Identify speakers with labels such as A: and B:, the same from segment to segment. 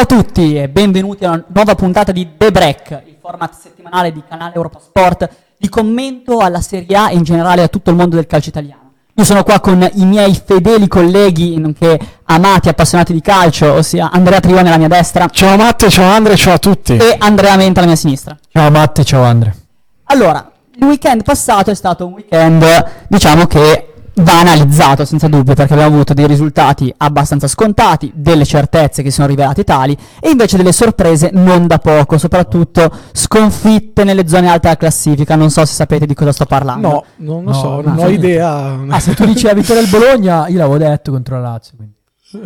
A: a tutti e benvenuti a una nuova puntata di The Break, il format settimanale di canale Europasport di commento alla Serie A e in generale a tutto il mondo del calcio italiano. Io sono qua con i miei fedeli colleghi, nonché amati appassionati di calcio, ossia Andrea Trione alla mia destra.
B: Ciao Matte, ciao Andre, ciao a tutti.
A: E Andrea Menta alla mia sinistra.
C: Ciao Matte, ciao Andre.
A: Allora, il weekend passato è stato un weekend, diciamo che va analizzato senza dubbio, perché abbiamo avuto dei risultati abbastanza scontati, delle certezze che sono rivelate tali e invece delle sorprese non da poco, soprattutto sconfitte nelle zone alte della classifica. Non so se sapete di cosa sto parlando.
B: No, non lo so, non ho idea.
C: Se tu dici la vittoria del Bologna, io l'avevo detto contro la Lazio, quindi.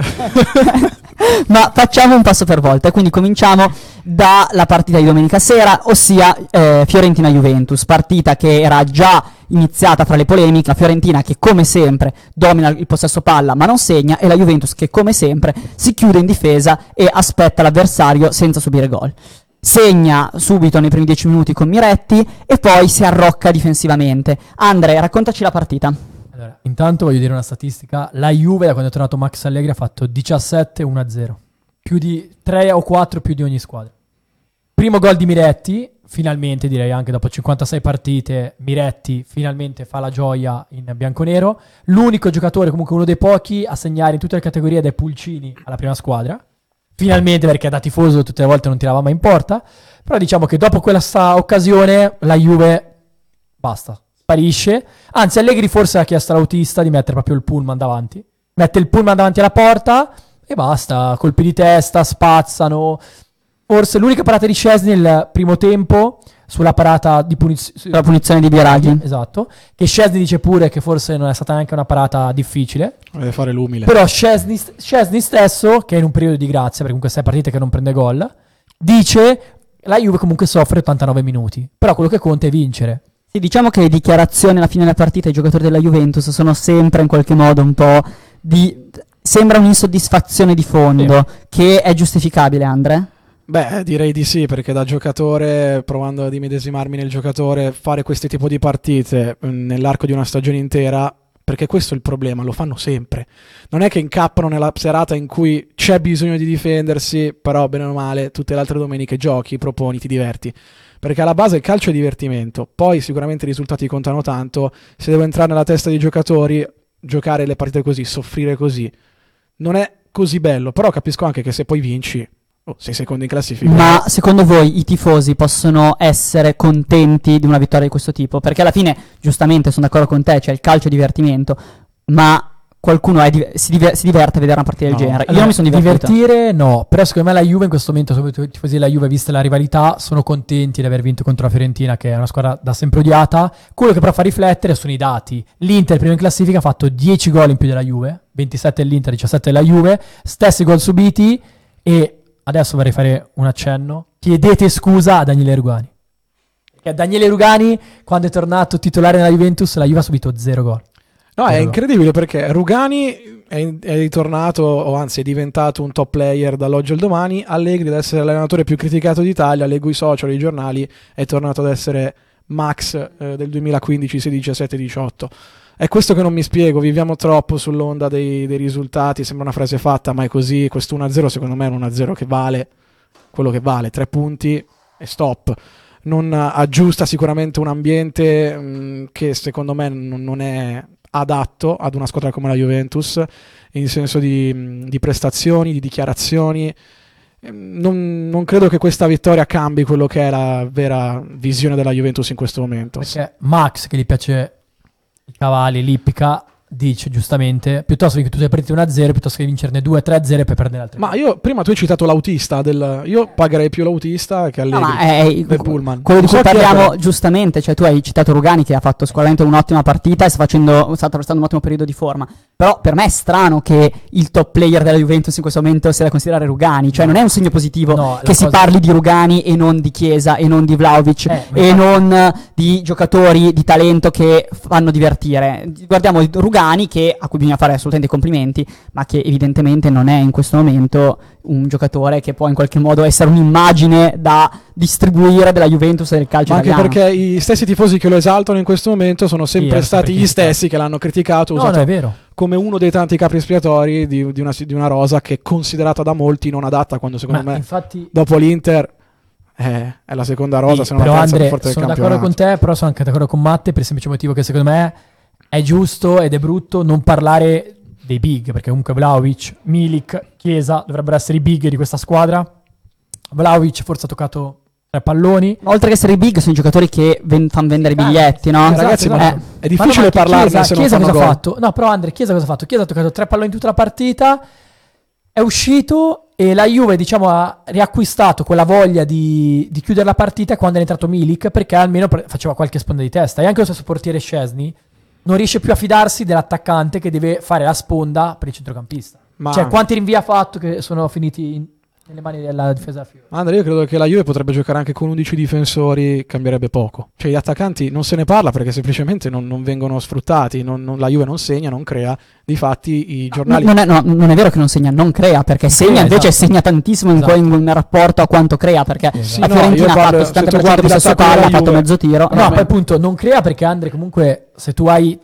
A: Ma facciamo un passo per volta, quindi cominciamo dalla partita di domenica sera, ossia Fiorentina-Juventus, partita che era già iniziata fra le polemiche. La Fiorentina che come sempre domina il possesso palla ma non segna, e la Juventus che come sempre si chiude in difesa e aspetta l'avversario senza subire gol. Segna subito nei primi 10 minuti con Miretti e poi si arrocca difensivamente. Andre, raccontaci la partita.
C: Allora, intanto voglio dire una statistica: la Juve da quando è tornato Max Allegri ha fatto 17-1-0, più di 3 o 4 più di ogni squadra. Primo gol di Miretti, finalmente, direi anche dopo 56 partite Miretti finalmente fa la gioia in bianconero. L'unico giocatore, comunque uno dei pochi, a segnare in tutte le categorie dai Pulcini alla prima squadra, finalmente, perché da tifoso tutte le volte non tirava mai in porta. Però diciamo che dopo quella occasione la Juve basta, sparisce. Anzi, Allegri forse ha chiesto all'autista di mettere proprio il pullman davanti, mette il pullman davanti alla porta e basta, colpi di testa, spazzano. Forse l'unica parata di Szczesny nel primo tempo, sulla parata di
A: la punizione di Biraghi.
C: Esatto, che Szczesny dice pure che forse non è stata neanche una parata difficile.
B: Deve fare l'umile.
C: Però Szczesny stesso, che è in un periodo di grazia, perché comunque 6 partite che non prende gol, dice la Juve comunque soffre 89 minuti, però quello che conta è vincere.
A: Sì, diciamo che le dichiarazioni alla fine della partita ai giocatori della Juventus sono sempre in qualche modo un po' sembra un'insoddisfazione di fondo, che è giustificabile, Andre?
B: Beh, direi di sì, perché da giocatore, provando ad immedesimarmi nel giocatore, fare questo tipo di partite nell'arco di una stagione intera, perché questo è il problema, lo fanno sempre. Non è che incappano nella serata in cui c'è bisogno di difendersi, però bene o male tutte le altre domeniche giochi, proponi, ti diverti. Perché alla base il calcio è divertimento, poi sicuramente i risultati contano tanto. Se devo entrare nella testa dei giocatori, giocare le partite così, soffrire così, non è così bello. Però capisco anche che se poi vinci, sei secondo in classifica.
A: Ma secondo voi i tifosi possono essere contenti di una vittoria di questo tipo? Perché alla fine, giustamente, sono d'accordo con te, cioè il calcio è divertimento, ma qualcuno si diverte a vedere una partita del genere. Io non mi sono divertito.
C: Divertire no, però secondo me la Juve in questo momento, soprattutto i tifosi della Juve, vista la rivalità, sono contenti di aver vinto contro la Fiorentina, che è una squadra da sempre odiata. Quello che però fa riflettere sono i dati. L'Inter prima in classifica ha fatto 10 gol in più della Juve, 27 dell'Inter, 17 della Juve, stessi gol subiti. E adesso vorrei fare un accenno: chiedete scusa a Daniele Rugani, perché Daniele Rugani, quando è tornato titolare nella Juventus, la Juve ha subito 0 gol.
B: No, è incredibile, perché Rugani è ritornato, o anzi è diventato un top player dall'oggi al domani. Allegri, ad essere l'allenatore più criticato d'Italia, leggo i social, i giornali, è tornato ad essere Max del 2015, 16, 17, 18. È questo che non mi spiego, viviamo troppo sull'onda dei risultati, sembra una frase fatta, ma è così. Questo 1-0 secondo me è un 1-0 che vale quello che vale, 3 punti e stop. Non aggiusta sicuramente un ambiente che secondo me non è adatto ad una squadra come la Juventus, in senso di prestazioni, di dichiarazioni. Non credo che questa vittoria cambi quello che è la vera visione della Juventus in questo momento.
C: Perché Max, che gli piace i cavalli, l'ippica, dice giustamente: piuttosto che tu sei partito 1-0, piuttosto che vincerne 2-3-0 e poi perdere altre.
B: Ma io prima tu hai citato l'autista io pagherei più l'autista che Allegri del pullman.
A: Quello di cui parliamo giustamente, cioè tu hai citato Rugani, che ha fatto sicuramente un'ottima partita e sta attraversando un ottimo periodo di forma. Però per me è strano che il top player della Juventus in questo momento sia da considerare Rugani, cioè non è un segno positivo che si parli di Rugani e non di Chiesa e non di Vlahovic e non di giocatori di talento che fanno divertire. Guardiamo Rugani, a cui bisogna fare assolutamente complimenti, ma che evidentemente non è in questo momento un giocatore che può in qualche modo essere un'immagine da distribuire della Juventus e del calcio
B: Ma anche
A: italiano.
B: perché i stessi tifosi che lo esaltano in questo momento sono sempre
C: Sì,
B: stati gli stessi che l'hanno criticato,
C: No,
B: usato
C: no, è vero.
B: come uno dei tanti capri espiatori di una rosa che è considerata da molti non adatta, quando secondo
C: Ma
B: me
C: infatti
B: dopo l'Inter è la seconda rosa, se non
C: però
B: la terza più
C: Andre,
B: forte del
C: sono d'accordo
B: campionato.
C: con te, però sono anche d'accordo con Matte per il semplice motivo che secondo me è giusto ed è brutto non parlare dei big, perché comunque Vlahovic, Milik, Chiesa dovrebbero essere i big di questa squadra. Vlahovic forse ha toccato 3 palloni.
A: Ma oltre che essere i big, sono i giocatori che fanno vendere i biglietti, no?
C: Esatto,
B: ragazzi, ma
C: esatto.
B: è difficile
C: Ma no, ma
B: parlarne
C: Chiesa,
B: se non
C: Chiesa
B: fanno
C: cosa ha
B: gol.
C: fatto? No, però Andre, Chiesa cosa ha fatto? Chiesa ha toccato 3 palloni in tutta la partita, è uscito e la Juve, diciamo, ha riacquistato quella voglia di chiudere la partita quando è entrato Milik, perché almeno faceva qualche sponda di testa. E anche lo stesso portiere Szczesny non riesce più a fidarsi dell'attaccante che deve fare la sponda per il centrocampista.
B: Ma
C: Cioè, quanti rinvii ha fatto che sono finiti nelle mani della difesa della Fiore?
B: Andrea, io credo che la Juve potrebbe giocare anche con 11 difensori, cambierebbe poco. Cioè gli attaccanti non se ne parla perché semplicemente non vengono sfruttati, la Juve non segna, non crea. Difatti i giornali...
A: Non è vero che non segna, non crea, perché segna, invece
C: esatto.
A: segna tantissimo
C: Esatto.
A: in rapporto a quanto crea, perché
C: Sì,
A: la
B: no,
A: Fiorentina
B: io
A: ha
B: parlo-
A: fatto
B: se tu
A: 70%
B: guardi
A: di possesso
B: l'attacco
A: palla,
B: della
A: ha fatto
B: Juve-
A: mezzo tiro.
C: No, poi appunto non crea perché Andre comunque se tu hai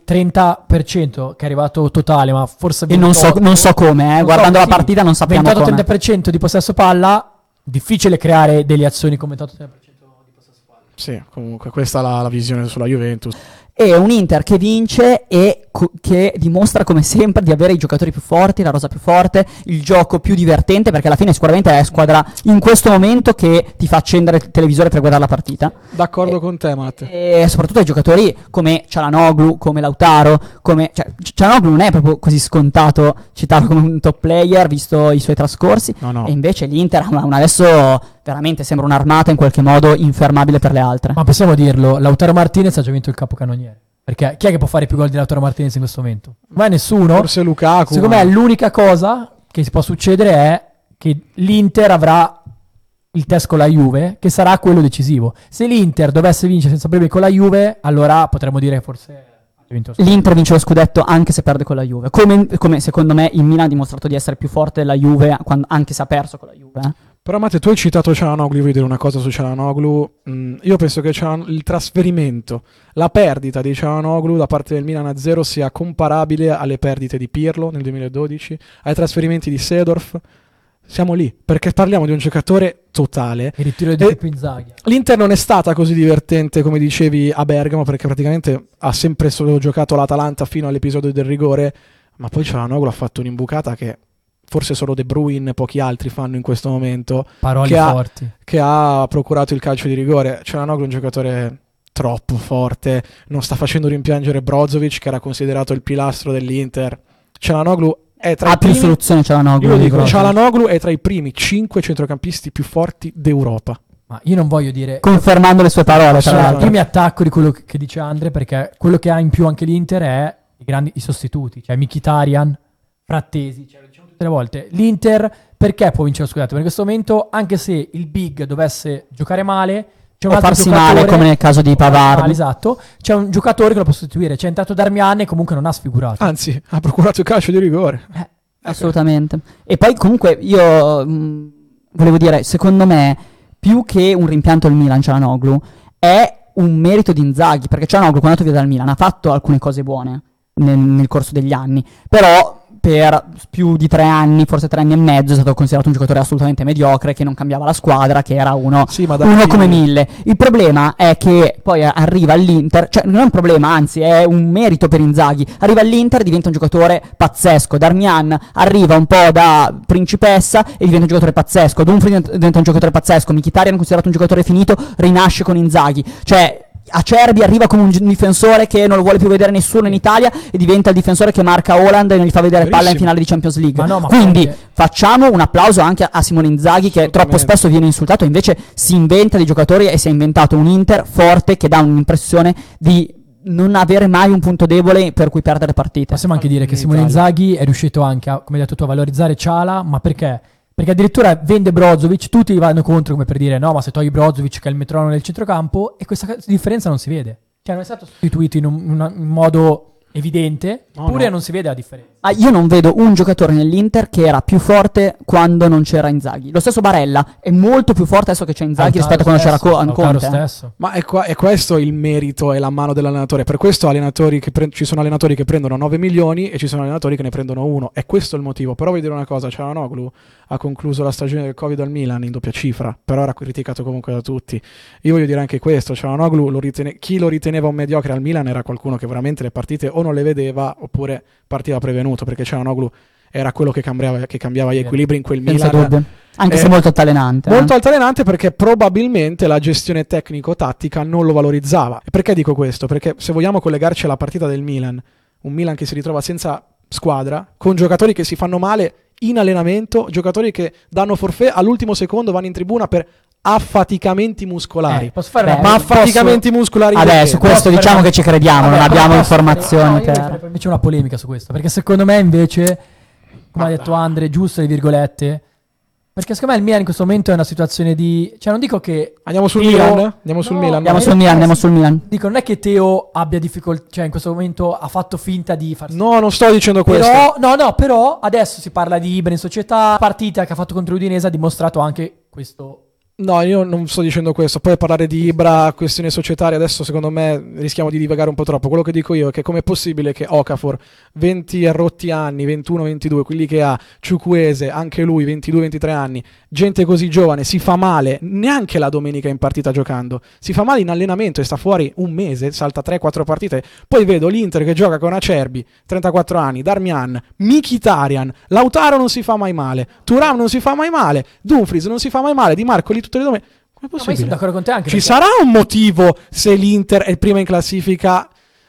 C: 30% che è arrivato totale, ma forse
A: E non so come,
C: non so,
A: guardando la
C: sì,
A: partita non sappiamo come.
C: 28-30% di possesso palla, difficile creare delle azioni con 28-30% di possesso palla.
B: Sì, comunque questa è la visione sulla Juventus.
A: E un Inter che vince e che dimostra come sempre di avere i giocatori più forti, la rosa più forte, il gioco più divertente, perché alla fine sicuramente è la squadra in questo momento che ti fa accendere il televisore per guardare la partita.
B: D'accordo con te, Matte.
A: E soprattutto i giocatori come Çalhanoğlu, come Lautaro, Çalhanoğlu non è proprio così scontato citarlo come un top player visto i suoi trascorsi.
B: No.
A: E invece l'Inter adesso veramente sembra un'armata in qualche modo infermabile per le altre.
C: Ma possiamo dirlo, Lautaro Martinez ha già vinto il capocannoniere. Perché chi è che può fare più gol di Lautaro Martinez in questo momento? Ma nessuno.
B: Forse Lukaku.
C: Secondo me l'unica cosa che si può succedere è che l'Inter avrà il test con la Juve, che sarà quello decisivo. Se l'Inter dovesse vincere senza problemi con la Juve, allora potremmo dire che forse ha vinto lo scudetto.
A: L'Inter vince lo scudetto anche se perde con la Juve. Come secondo me il Milan ha dimostrato di essere più forte della Juve anche se ha perso con la Juve.
B: Però Matte, tu hai citato Çalhanoğlu, io voglio dire una cosa su Çalhanoğlu. Io penso che il trasferimento, la perdita di Çalhanoğlu da parte del Milan a 0 sia comparabile alle perdite di Pirlo nel 2012, ai trasferimenti di Seedorf. Siamo lì, perché parliamo di un giocatore totale.
C: Il ritiro di Pippo Inzaghi.
B: L'Inter non è stata così divertente come dicevi a Bergamo, perché praticamente ha sempre solo giocato l'Atalanta fino all'episodio del rigore, ma poi Çalhanoğlu ha fatto un'imbucata che forse solo De Bruyne e pochi altri fanno in questo momento,
C: Parole forti.
B: che ha procurato il calcio di rigore. Çalhanoğlu è un giocatore troppo forte, non sta facendo rimpiangere Brozovic, che era considerato il pilastro dell'Inter. Çalhanoğlu è tra
A: Ha
B: i
A: più
B: primi,
A: soluzioni Çalhanoğlu.
B: io lo dico,
A: Brozovic.
B: Çalhanoğlu è tra i primi 5 centrocampisti più forti d'Europa.
C: Ma io non voglio dire...
A: Confermando le sue parole, tra
B: Assolutamente.
A: l'altro.
C: Io mi attacco di quello che dice Andre, perché quello che ha in più anche l'Inter è i sostituti, cioè Mkhitaryan, Frattesi, cioè lo diciamo tutte le volte. L'Inter perché può vincere lo scudetto? Perché in questo momento, anche se il big dovesse giocare male, c'è un
A: O
C: altro
A: farsi
C: giocatore,
A: male come nel caso di Pavard.
C: esatto, c'è un giocatore che lo può sostituire. C'è entrato Darmian e comunque non ha sfigurato.
B: Anzi, ha procurato il calcio di rigore.
A: Assolutamente. E poi comunque io volevo dire, secondo me, più che un rimpianto del Milan Çalhanoğlu, è un merito di Inzaghi, perché Çalhanoğlu quando è andato via dal Milan ha fatto alcune cose buone nel corso degli anni, però per più di 3 anni, forse 3 anni e mezzo, è stato considerato un giocatore assolutamente mediocre, che non cambiava la squadra, che era uno
B: Sì, ma da
A: uno
B: chi-
A: come 1000. Il problema è che poi arriva all'Inter, cioè non è un problema, anzi è un merito per Inzaghi. Arriva all'Inter e diventa un giocatore pazzesco. Darmian arriva un po' da principessa e diventa un giocatore pazzesco. Dumfries diventa un giocatore pazzesco. Mkhitaryan, considerato un giocatore finito, rinasce con Inzaghi. Cioè Acerbi arriva come un difensore che non lo vuole più vedere nessuno in Italia e diventa il difensore che marca Haaland e non gli fa vedere palla in
B: Verissimo.
A: finale di Champions League.
C: Ma no, ma
A: Quindi
C: perché-
A: facciamo un applauso anche a Simone Inzaghi, che troppo
B: Assolutamente.
A: spesso viene insultato, invece si inventa dei giocatori e si è inventato un Inter forte che dà un'impressione di non avere mai un punto debole per cui perdere partite.
C: Possiamo anche dire che
B: In
C: Simone
B: Italia.
C: Inzaghi è riuscito anche a, come hai detto tu, a valorizzare Ciala, ma perché? Perché addirittura vende Brozovic, tutti gli vanno contro come per dire no, ma se togli Brozovic che è il metronomo del centrocampo, e questa differenza non si vede. Cioè non è stato sostituito in modo evidente,
B: No,
C: oppure
B: no.
C: non si vede la differenza.
A: Io non vedo un giocatore nell'Inter che era più forte quando non c'era Inzaghi. Lo stesso Barella è molto più forte adesso che c'è Inzaghi rispetto a quando c'era
C: Lautaro
A: Conte.
C: stesso.
B: Ma è questo il merito e la mano dell'allenatore. Per questo ci sono allenatori che prendono 9 milioni e ci sono allenatori che ne prendono 1. È questo il motivo. Però voglio dire una cosa, Çalhanoğlu ha concluso la stagione del Covid al Milan in doppia cifra, però era criticato comunque da tutti. Io voglio dire anche questo, Çalhanoğlu chi lo riteneva un mediocre al Milan era qualcuno che veramente le partite o non le vedeva oppure partiva prevenuto, perché Çalhanoğlu era quello che cambiava gli equilibri in quel
A: Senza
B: Milan.
A: dubbio. Anche se molto altalenante.
B: Molto altalenante, perché probabilmente la gestione tecnico-tattica non lo valorizzava. E perché dico questo? Perché se vogliamo collegarci alla partita del Milan, un Milan che si ritrova senza squadra, con giocatori che si fanno male in allenamento, giocatori che danno forfait all'ultimo secondo, vanno in tribuna per affaticamenti muscolari.
C: Posso fare
B: Ma affaticamenti muscolari
A: Vabbè,
B: perché?
A: su questo
C: Posso
A: diciamo
C: fare-
A: che ci crediamo,
C: Vabbè,
A: non abbiamo
C: però
A: informazioni.
C: no, io farei invece una polemica su questo, perché secondo me invece, come ha detto Andre, giusto le virgolette, perché secondo me il Milan in questo momento è una situazione di... Cioè non dico che...
B: Andiamo sul
C: Teo-
B: Milan? Andiamo sul
C: No,
B: Milan?
A: Andiamo
B: no?
A: sul Milan.
C: Dico, non è che Teo abbia difficoltà, cioè in questo momento ha fatto finta di farsi...
B: No, non sto dicendo questo.
C: Però adesso si parla di Ibra in società, partita che ha fatto contro l'Udinese ha dimostrato anche questo...
B: No, io non sto dicendo questo. Poi parlare di Ibra, questioni societarie, adesso secondo me rischiamo di divagare un po' troppo. Quello che dico io è che com'è possibile che Okafor, 20 e rotti anni, 21, 22, quelli che ha, Ciukwueze, anche lui, 22, 23 anni, gente così giovane, si fa male neanche la domenica in partita giocando, si fa male in allenamento e sta fuori un mese, salta 3-4 partite. Poi vedo l'Inter che gioca con Acerbi, 34 anni, Darmian, Mkhitaryan, Lautaro non si fa mai male, Thuram non si fa mai male, Dumfries non si fa mai male, Di Marco lì tutte le domeniche. Come è
C: No, ma io sono
B: possibile?
C: d'accordo con te anche
B: Ci
C: perché-
B: sarà un motivo se l'Inter è prima in classifica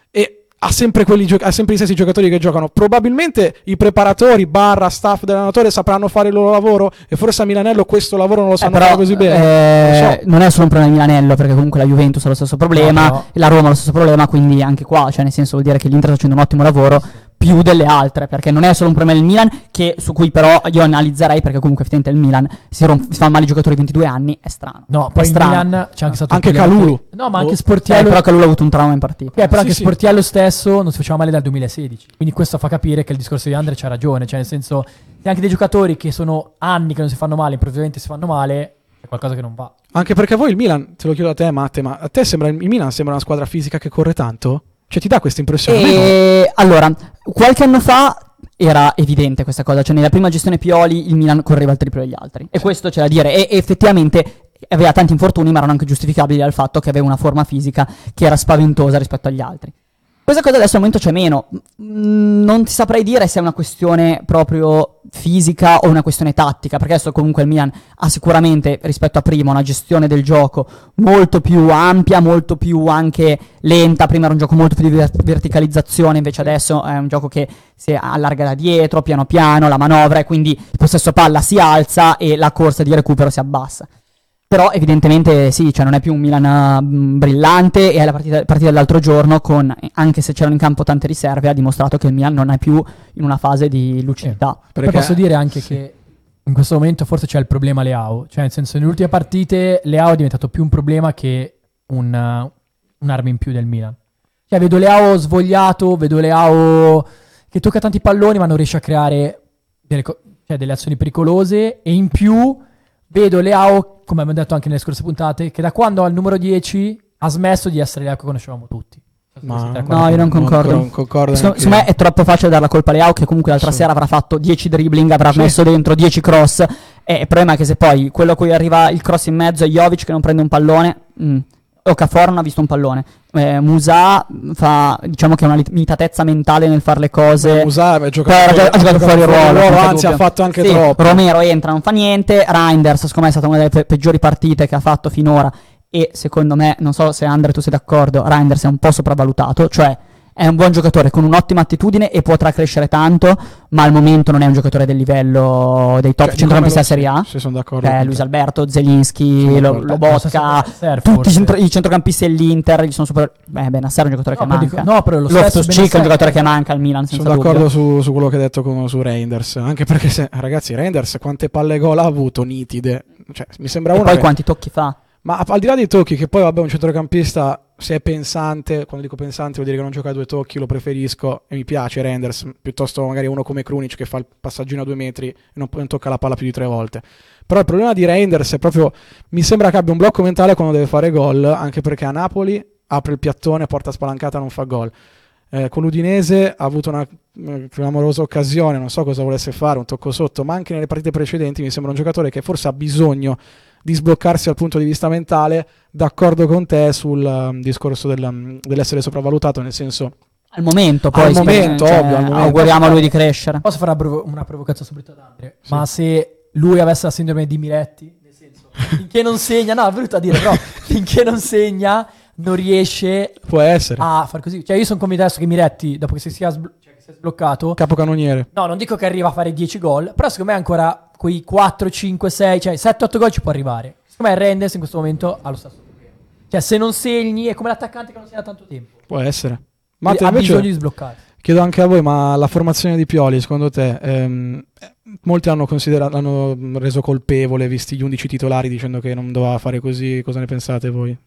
B: e ha sempre ha sempre gli stessi giocatori che giocano? Probabilmente i preparatori / staff dell'allenatore sapranno fare il loro lavoro e forse a Milanello questo lavoro non lo sanno
A: Però
B: fare così bene. Non lo so.
A: non è solo un problema di Milanello, perché comunque la Juventus ha lo stesso problema,
C: No, però-
A: e la Roma ha lo stesso problema, quindi anche qua, cioè nel senso vuol dire che l'Inter sta facendo un ottimo lavoro più delle altre, perché non è solo un problema del Milan, che su cui però io analizzerei, perché comunque effettivamente il Milan si fa male i giocatori di 22 anni, è strano.
C: No,
A: È
C: poi in
A: strano.
C: Milan c'è anche stato
B: Anche
C: un problema
B: Kalulu.
C: No, ma anche
B: Oh.
C: Sportiello...
A: Però Calulu ha avuto un trauma in partita.
C: Però
B: Sì,
C: anche
B: sì.
C: Sportiello stesso non si faceva male dal 2016. Quindi questo fa capire che il discorso di Andre c'ha ragione. Cioè, nel senso, se anche dei giocatori che sono anni che non si fanno male, improvvisamente si fanno male, è qualcosa che non va.
B: Anche perché voi il Milan, te lo chiedo a te Matte, ma a te sembra il Milan sembra una squadra fisica che corre tanto? Cioè ti dà questa impressione? A me no.
A: Allora, qualche anno fa era evidente questa cosa, cioè nella prima gestione Pioli il Milan correva il triplo degli altri, e questo c'è da dire, e effettivamente aveva tanti infortuni, ma erano anche giustificabili dal fatto che aveva una forma fisica che era spaventosa rispetto agli altri. Questa cosa adesso al momento c'è meno. Non ti saprei dire se è una questione proprio fisica o una questione tattica, perché adesso comunque il Milan ha sicuramente rispetto a prima una gestione del gioco molto più ampia, molto più anche lenta. Prima era un gioco molto più di verticalizzazione, invece adesso è un gioco che si allarga da dietro, piano piano, la manovra, e quindi il possesso palla si alza e la corsa di recupero si abbassa. Però evidentemente sì, cioè non è più un Milan brillante, e la partita dell'altro giorno, anche se c'erano in campo tante riserve, ha dimostrato che il Milan non è più in una fase di lucidità.
C: Poi posso dire anche che in questo momento forse c'è il problema Leao. Cioè, nel senso, nelle ultime partite Leao è diventato più un problema che un'arma in più del Milan. Cioè, vedo Leao svogliato, vedo Leao che tocca tanti palloni ma non riesce a creare delle azioni pericolose, e in più vedo Leao, come abbiamo detto anche nelle scorse puntate, che da quando ha il numero 10 ha smesso di essere Leao che conoscevamo tutti.
A: No, io non concordo.
B: Non concordo
A: Secondo me è troppo facile dare la colpa a Leao, che comunque l'altra sera avrà fatto 10 dribbling, avrà messo dentro 10 cross, e il problema è che se poi quello a cui arriva il cross in mezzo è Jovic che non prende un pallone, Okafor non ha visto un pallone, Musà fa, diciamo che ha una limitatezza mentale nel fare le cose.
B: Musà ha
A: Poi
B: giocato
A: ha giocato fuori ruolo, senza
B: anzi ha
A: dubbio.
B: fatto anche
A: Sì,
B: troppo.
A: Romero entra, non fa niente. Reinders secondo me è stata una delle peggiori partite che ha fatto finora, e secondo me, non so se Andre tu sei d'accordo, Reinders è un po' sopravvalutato, cioè è un buon giocatore con un'ottima attitudine e potrà crescere tanto, ma al momento non è un giocatore del livello dei top centrocampisti della Serie A.
B: Sì, sono d'accordo.
A: Luis Alberto, Zelinski,
B: Sono d'accordo.
A: Lobotka, tutti i centrocampisti dell'Inter gli sono super. Nasser è un giocatore che manca.
C: Però lo
A: Loftus-Cheek è un giocatore che manca al Milan, senza
B: Sono d'accordo
A: dubbio.
B: su quello che hai detto su Reinders, anche perché ragazzi, Reinders quante palle gol ha avuto nitide, cioè mi sembra
A: E
B: uno
A: poi
B: che-
A: quanti tocchi fa?
B: ma al di là dei tocchi, che poi vabbè un centrocampista se è pensante, quando dico pensante vuol dire che non gioca a 2 tocchi, lo preferisco e mi piace Reinders, piuttosto magari uno come Krunic che fa il passaggino a 2 metri e non tocca la palla più di 3 volte. Però il problema di Reinders è proprio, mi sembra che abbia un blocco mentale quando deve fare gol, anche perché a Napoli apre il piattone, porta spalancata, non fa gol. Con l'Udinese ha avuto una clamorosa occasione, non so cosa volesse fare, un tocco sotto, ma anche nelle partite precedenti mi sembra un giocatore che forse ha bisogno di sbloccarsi dal punto di vista mentale. D'accordo con te sul discorso dell'essere sopravvalutato, nel senso
A: al momento, poi
B: al momento, ovvio, al momento.
A: auguriamo a lui di crescere.
C: Posso fare una provocazione subito ad Andre?
B: Sì.
C: Ma se lui avesse la sindrome di Miretti, nel senso, finché non segna, no, è brutto a dire, però finché non segna non riesce
B: può essere
C: a far così. Cioè io sono convinto adesso che Miretti, dopo che si sia sbloccato,
B: capocannoniere.
C: no, non dico che arriva a fare 10 gol, però secondo me ancora quei 4, 5, 6, cioè 7-8 gol ci può arrivare. Secondo me Reinders in questo momento ha lo stesso problema. Cioè se non segni è come l'attaccante che non segna tanto tempo.
B: Può essere.
C: Ma
B: Ma
C: ha bisogno di sbloccare.
B: chiedo anche a voi, ma la formazione di Pioli, secondo te, molti hanno reso colpevole, visti gli 11 titolari, dicendo che non doveva fare così. Cosa ne pensate voi?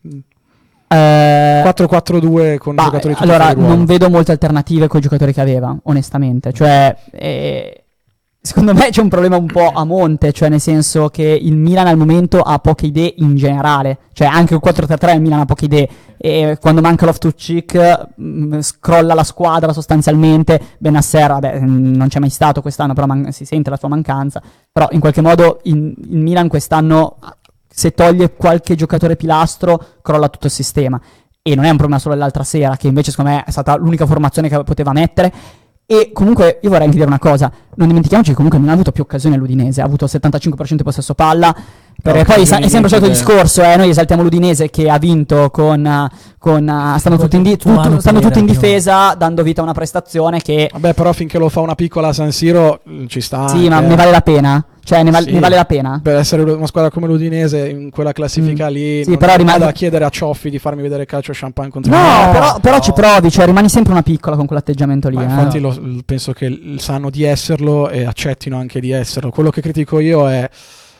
B: 4-4-2 con giocatori tutti
A: allora
B: fuori ruolo.
A: non vedo molte alternative con i giocatori che aveva, onestamente. Cioè, secondo me c'è un problema un po' a monte, cioè nel senso che il Milan al momento ha poche idee in generale. Cioè anche il 4-3-3 il Milan ha poche idee, e quando manca Loftus-Cheek scrolla la squadra sostanzialmente. Benasser, vabbè, non c'è mai stato quest'anno, però si sente la sua mancanza. Però in qualche modo il Milan quest'anno, se toglie qualche giocatore pilastro, crolla tutto il sistema. E non è un problema solo dell'altra sera, che invece secondo me è stata l'unica formazione che poteva mettere. E comunque io vorrei anche dire una cosa, non dimentichiamoci che comunque non ha avuto più occasioni l'Udinese, ha avuto il 75% di possesso palla, perché poi è sempre il solito discorso, noi esaltiamo l'Udinese che ha vinto stanno tutti in difesa, dando vita a una prestazione che...
B: Vabbè, però finché lo fa una piccola San Siro ci sta.
A: Sì, ma ne vale la pena? Cioè ne vale la pena?
B: Per essere una squadra come l'Udinese in quella classifica lì,
A: sì,
B: non
A: però
B: vado a chiedere a Cioffi di farmi vedere calcio champagne contro
A: però ci provi, cioè rimani sempre una piccola con quell'atteggiamento lì.
B: Ma infatti penso che sanno di esserlo e accettino anche di esserlo. Quello che critico io è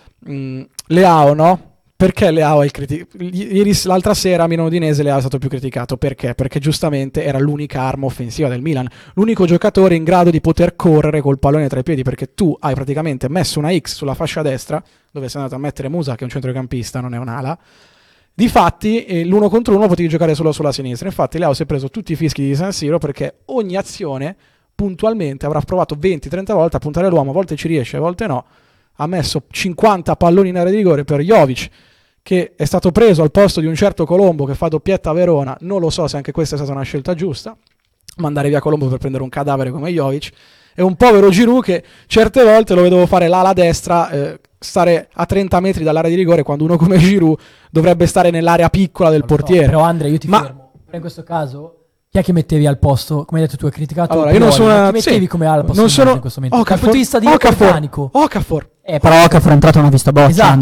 B: Leao, no? Perché Leao è il critico? L'altra sera a Milano-Udinese Leao è stato più criticato. Perché? Perché giustamente era l'unica arma offensiva del Milan, l'unico giocatore in grado di poter correre col pallone tra i piedi, perché tu hai praticamente messo una X sulla fascia destra, dove sei andato a mettere Musa, che è un centrocampista, non è un'ala. Difatti l'uno contro uno potevi giocare solo sulla sinistra. Infatti Leao si è preso tutti i fischi di San Siro, perché ogni azione puntualmente avrà provato 20-30 volte a puntare l'uomo, a volte ci riesce, a volte no. Ha messo 50 palloni in area di rigore per Jovic, che è stato preso al posto di un certo Colombo che fa doppietta a Verona. Non lo so se anche questa è stata una scelta giusta, mandare via Colombo per prendere un cadavere come Jovic, e un povero Giroud che certe volte lo vedevo fare l'ala destra, stare a 30 metri dall'area di rigore, quando uno come Giroud dovrebbe stare nell'area piccola del portiere.
C: Però Andre, io ti fermo. Però in questo caso chi è che mettevi al posto? Come hai detto tu, hai criticato.
B: Allora, io non sono
C: chi mettevi come al posto
B: non sono
C: in questo momento? Dal punto di vista di meccanico.
B: Okafor.
A: Però Okafor è entrato e non ha visto boccia.
C: Esatto,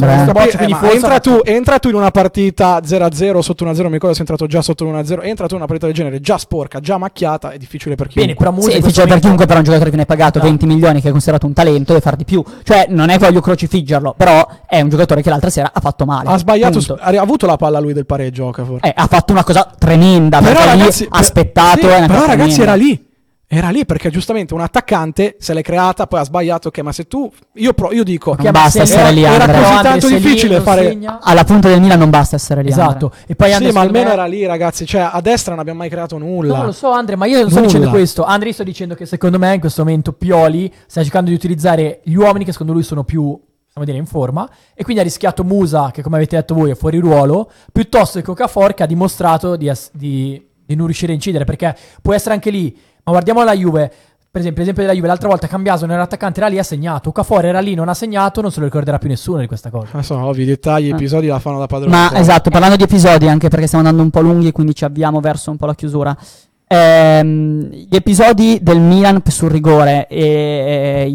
B: entra tu in una partita 0-0 sotto 1-0, mi ricordo se è entrato già sotto 1-0, entra tu in una partita del genere già sporca, già macchiata, è difficile per chiunque.
C: Bene, però Musa
A: è difficile per chiunque, per un giocatore che ne hai pagato 20 milioni, che è considerato un talento, deve far di più. Cioè non è che voglio crocifiggerlo, però è un giocatore che l'altra sera ha fatto male.
B: Ha sbagliato, ha avuto la palla lui del pareggio Okafor.
A: Ha fatto una cosa tremenda,
B: però
A: ragazzi, lì aspettato.
B: Sì, però ragazzi era lì perché giustamente un attaccante se l'è creata, poi ha sbagliato. Ok, ma se tu io dico
A: non basta essere lì,
B: era
A: Andrea.
B: così tanto difficile fare
A: alla punta del Milan, non basta essere lì,
C: esatto.
A: Andrea.
C: E poi
B: sì, ma almeno era lì, ragazzi, cioè a destra non abbiamo mai creato nulla.
C: No, lo so Andrea, ma io non sto dicendo questo. Andrea, sto dicendo che secondo me in questo momento Pioli sta cercando di utilizzare gli uomini che secondo lui sono più, dire, in forma, e quindi ha rischiato Musa, che come avete detto voi è fuori ruolo, piuttosto che Okafor, che ha dimostrato di non riuscire a incidere, perché può essere anche lì. Ma guardiamo la Juve, per esempio, l'esempio della Juve, l'altra volta Cambiaso non era attaccante, era lì, ha segnato. Okafor era lì, non ha segnato, non se lo ricorderà più nessuno di questa cosa.
B: Sono ovvi, i dettagli, episodi la fanno da padrone.
A: Ma esatto, parlando di episodi, anche perché stiamo andando un po' lunghi, quindi ci avviamo verso un po' la chiusura. Gli episodi del Milan sul rigore e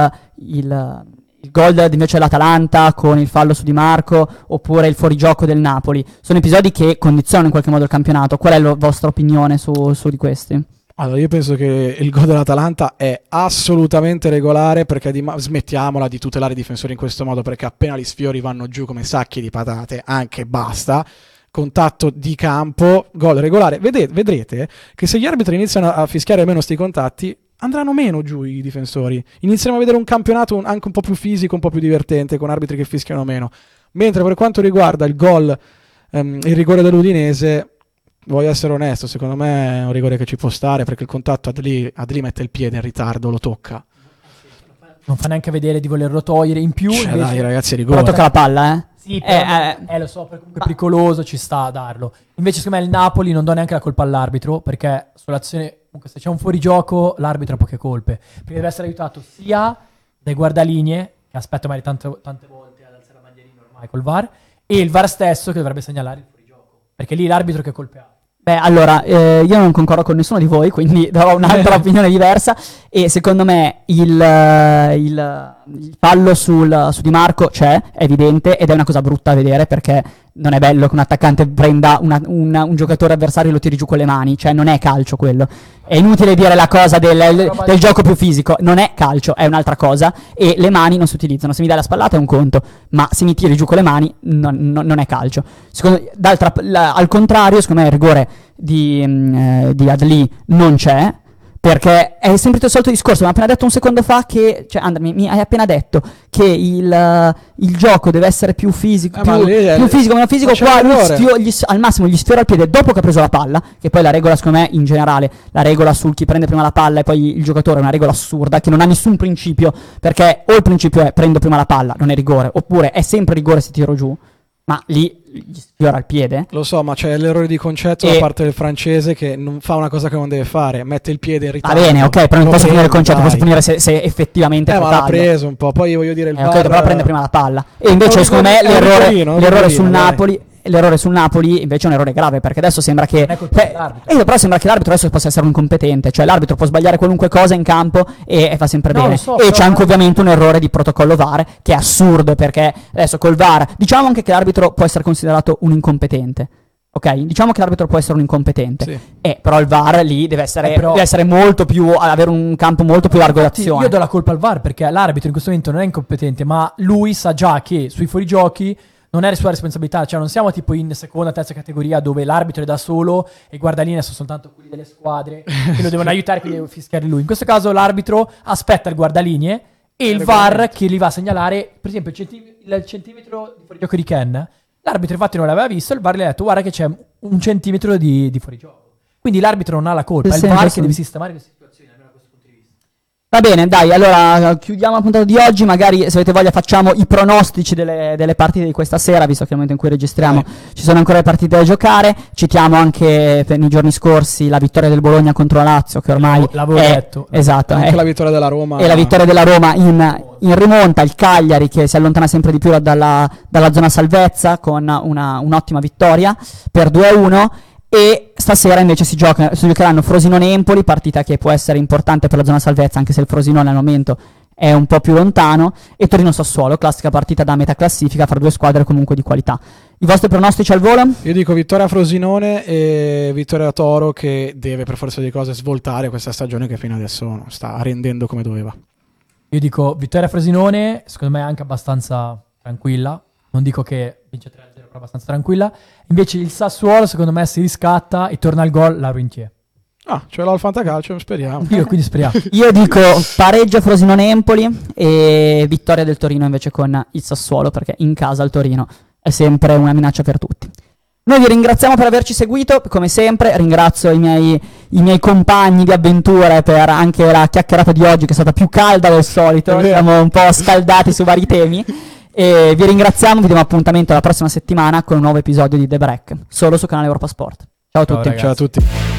A: il gol invece dell'Atalanta con il fallo su Di Marco, oppure il fuorigioco del Napoli, sono episodi che condizionano in qualche modo il campionato. Qual è la vostra opinione su di questi?
B: Allora, io penso che il gol dell'Atalanta è assolutamente regolare, perché smettiamola di tutelare i difensori in questo modo, perché appena li sfiori vanno giù come sacchi di patate, anche basta. contatto di campo, gol regolare. Vedrete che se gli arbitri iniziano a fischiare meno sti contatti, andranno meno giù i difensori. Inizieremo a vedere un campionato anche un po' più fisico, un po' più divertente, con arbitri che fischiano meno. Mentre per quanto riguarda il gol, il rigore dell'Udinese, voglio essere onesto, secondo me è un rigore che ci può stare, perché il contatto Adli mette il piede in ritardo, lo tocca.
C: Non fa neanche vedere di volerlo togliere. In più,
B: Cioè,
C: invece,
B: dai ragazzi, è rigore.
A: Però tocca la palla, eh?
C: Sì, però lo so, comunque è pericoloso, ci sta a darlo. Invece secondo me il Napoli non dà neanche la colpa all'arbitro, perché sull'azione, comunque se c'è un fuorigioco, l'arbitro ha poche colpe, perché deve essere aiutato sia dai guardalinee, che aspetta magari tante volte ad alzare la bandierina ormai col VAR, e il VAR stesso che dovrebbe segnalare il fuorigioco, perché lì l'arbitro che colpe ha.
A: Beh, allora, io non concordo con nessuno di voi, quindi darò un'altra opinione diversa. E secondo me il fallo su Di Marco c'è, è evidente, ed è una cosa brutta a vedere, perché non è bello che un attaccante prenda un giocatore avversario e lo tiri giù con le mani. Cioè, non è calcio quello. È inutile dire la cosa del gioco più fisico. Non è calcio, è un'altra cosa. E le mani non si utilizzano. Se mi dai la spallata è un conto, ma se mi tiri giù con le mani non è calcio. Al contrario, secondo me il rigore di Adli non c'è, perché è sempre il solito discorso. Mi ha appena detto un secondo fa che, cioè Andrea, mi hai appena detto che il gioco deve essere più fisico, più fisico, meno fisico. Qua al massimo gli sfiora il piede dopo che ha preso la palla, che poi la regola, secondo me, in generale, la regola sul chi prende prima la palla e poi il giocatore è una regola assurda, che non ha nessun principio, perché o il principio è prendo prima la palla, non è rigore, oppure è sempre rigore se tiro giù, ma lì gli sfiora il piede.
B: Lo so, ma c'è l'errore di concetto da parte del francese, che non fa una cosa che non deve fare, mette il piede in ritardo. Va
A: bene, ok, però non posso finire il concetto, posso finire se effettivamente
B: ma l'ha preso un po', poi voglio dire il VAR...
A: Ok, però prende prima la palla. E invece secondo me l'errore sul Napoli invece è un errore grave, perché adesso sembra che però sembra che l'arbitro adesso possa essere un incompetente, cioè l'arbitro può sbagliare qualunque cosa in campo e fa sempre bene. E c'è anche ovviamente un errore di protocollo VAR che è assurdo, perché adesso col VAR diciamo anche che l'arbitro può essere considerato un incompetente. Ok, diciamo che l'arbitro può essere un incompetente, sì. Però il VAR lì deve essere molto più, avere un campo molto più largo d'azione.
C: Io do la colpa al VAR, perché l'arbitro in questo momento non è incompetente, ma lui sa già che sui fuorigiochi non è sua responsabilità, cioè non siamo tipo in seconda, terza categoria dove l'arbitro è da solo e i guardalinee sono soltanto quelli delle squadre che lo devono aiutare, quindi deve fischiare lui. In questo caso l'arbitro aspetta il guardalinee e il VAR che gli va a segnalare, per esempio il centimetro di fuorigioco di Ken. L'arbitro infatti non l'aveva visto, il VAR gli ha detto guarda che c'è un centimetro di fuorigioco. Quindi l'arbitro non ha la colpa, è il VAR che deve sistemare queste situazioni, almeno da questo punto di vista.
A: Va bene, dai, allora chiudiamo la puntata di oggi, magari se avete voglia facciamo i pronostici delle partite di questa sera, visto che al momento in cui registriamo ci sono ancora le partite da giocare. Citiamo anche nei giorni scorsi la vittoria del Bologna contro la Lazio, che ormai esatto,
B: anche la vittoria della Roma.
A: E la vittoria della Roma in rimonta, il Cagliari che si allontana sempre di più dalla zona salvezza con un'ottima vittoria per 2-1. E stasera invece si giocheranno Frosinone-Empoli, partita che può essere importante per la zona salvezza, anche se il Frosinone al momento è un po' più lontano, e Torino-Sassuolo, classica partita da metà classifica fra due squadre comunque di qualità. I vostri pronostici al volo?
B: Io dico vittoria Frosinone e vittoria Toro, che deve per forza di cose svoltare questa stagione che fino adesso non sta rendendo come doveva.
C: Io dico vittoria Frosinone, secondo me anche abbastanza tranquilla, non dico che vince 3-0, però abbastanza tranquilla. Invece il Sassuolo secondo me si riscatta e torna al gol la Ruintier.
B: Ce l'ho al fantacalcio, speriamo.
C: Io quindi speriamo.
A: Io dico pareggio Frosinone-Empoli e vittoria del Torino invece con il Sassuolo, perché in casa il Torino è sempre una minaccia per tutti. Noi vi ringraziamo per averci seguito, come sempre ringrazio i miei compagni di avventure per anche la chiacchierata di oggi, che è stata più calda del solito, siamo un po' scaldati su vari temi. E vi ringraziamo, vi diamo appuntamento la prossima settimana con un nuovo episodio di The Break, solo su canale Europa Sport. Ciao a tutti.
B: Ciao a tutti.